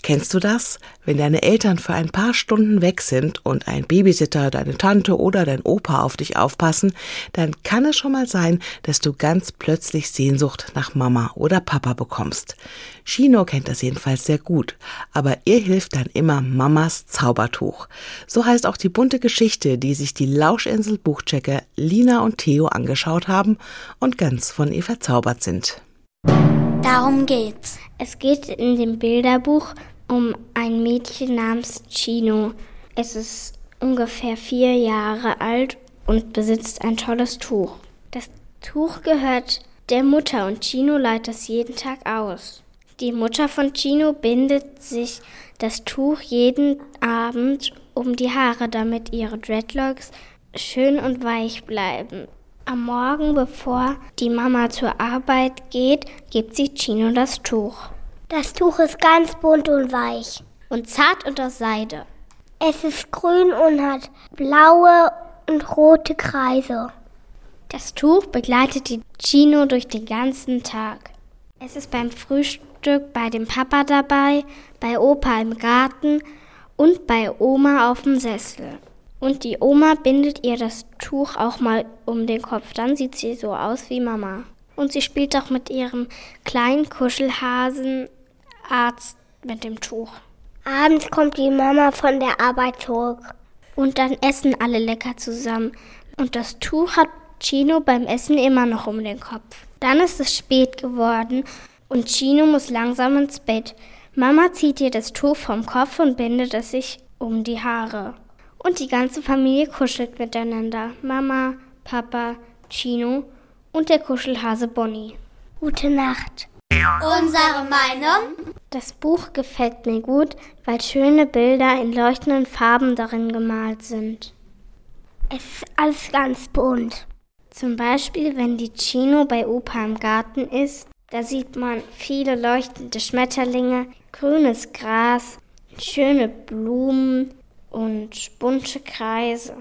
Kennst du das? Wenn deine Eltern für ein paar Stunden weg sind und ein Babysitter, deine Tante oder dein Opa auf dich aufpassen, dann kann es schon mal sein, dass du ganz plötzlich Sehnsucht nach Mama oder Papa bekommst. Chino kennt das jedenfalls sehr gut, aber ihr hilft dann immer Mamas Zaubertuch. So heißt auch die bunte Geschichte, die sich die Lauschinsel Buchchecker Lina und Theo angeschaut haben und ganz von ihr verzaubert sind. Darum geht's. Es geht in dem Bilderbuch um ein Mädchen namens Chino. Es ist ungefähr 4 Jahre alt und besitzt ein tolles Tuch. Das Tuch gehört der Mutter und Chino leiht es jeden Tag aus. Die Mutter von Chino bindet sich das Tuch jeden Abend um die Haare, damit ihre Dreadlocks schön und weich bleiben. Am Morgen, bevor die Mama zur Arbeit geht, gibt sie Chino das Tuch. Das Tuch ist ganz bunt und weich. Und zart und aus Seide. Es ist grün und hat blaue und rote Kreise. Das Tuch begleitet die Chino durch den ganzen Tag. Es ist beim Frühstück bei dem Papa dabei, bei Opa im Garten und bei Oma auf dem Sessel. Und die Oma bindet ihr das Tuch auch mal um den Kopf. Dann sieht sie so aus wie Mama. Und sie spielt auch mit ihrem kleinen Kuschelhasenarzt mit dem Tuch. Abends kommt die Mama von der Arbeit zurück. Und dann essen alle lecker zusammen. Und das Tuch hat Chino beim Essen immer noch um den Kopf. Dann ist es spät geworden und Chino muss langsam ins Bett. Mama zieht ihr das Tuch vom Kopf und bindet es sich um die Haare. Und die ganze Familie kuschelt miteinander. Mama, Papa, Chino und der Kuschelhase Bonnie. Gute Nacht. Unsere Meinung? Das Buch gefällt mir gut, weil schöne Bilder in leuchtenden Farben darin gemalt sind. Es ist alles ganz bunt. Zum Beispiel, wenn die Chino bei Opa im Garten ist, da sieht man viele leuchtende Schmetterlinge, grünes Gras, schöne Blumen und bunte Kreise.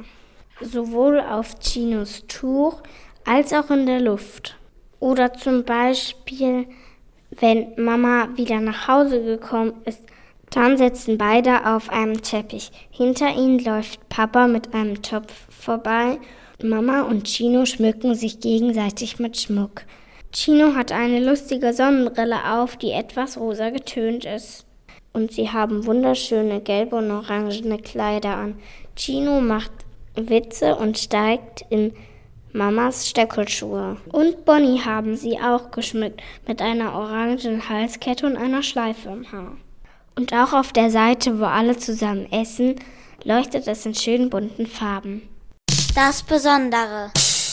Sowohl auf Chinos Tuch als auch in der Luft. Oder zum Beispiel, wenn Mama wieder nach Hause gekommen ist, dann sitzen beide auf einem Teppich. Hinter ihnen läuft Papa mit einem Topf vorbei. Mama und Chino schmücken sich gegenseitig mit Schmuck. Chino hat eine lustige Sonnenbrille auf, die etwas rosa getönt ist. Und sie haben wunderschöne gelbe und orangene Kleider an. Chino macht Witze und steigt in Mamas Stöckelschuhe. Und Bonnie haben sie auch geschmückt mit einer orangen Halskette und einer Schleife im Haar. Und auch auf der Seite, wo alle zusammen essen, leuchtet es in schönen bunten Farben. Das Besondere.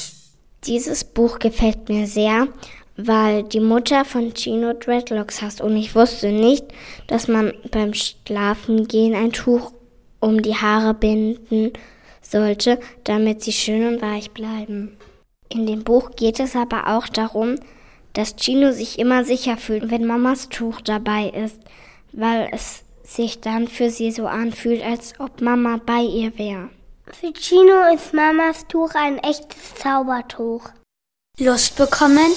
Dieses Buch gefällt mir sehr, weil die Mutter von Chino Dreadlocks hat und ich wusste nicht, dass man beim Schlafengehen ein Tuch um die Haare binden sollte, damit sie schön und weich bleiben. In dem Buch geht es aber auch darum, dass Chino sich immer sicher fühlt, wenn Mamas Tuch dabei ist, weil es sich dann für sie so anfühlt, als ob Mama bei ihr wäre. Für Chino ist Mamas Tuch ein echtes Zaubertuch. Lust bekommen?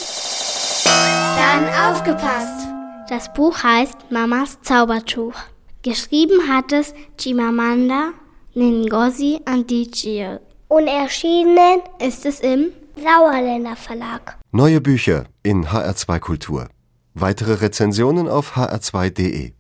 Dann aufgepasst! Das Buch heißt Mamas Zaubertuch. Geschrieben hat es Chimamanda Ngozi Adichie. Und erschienen ist es im Sauerländer Verlag. Neue Bücher in HR2 Kultur. Weitere Rezensionen auf hr2.de.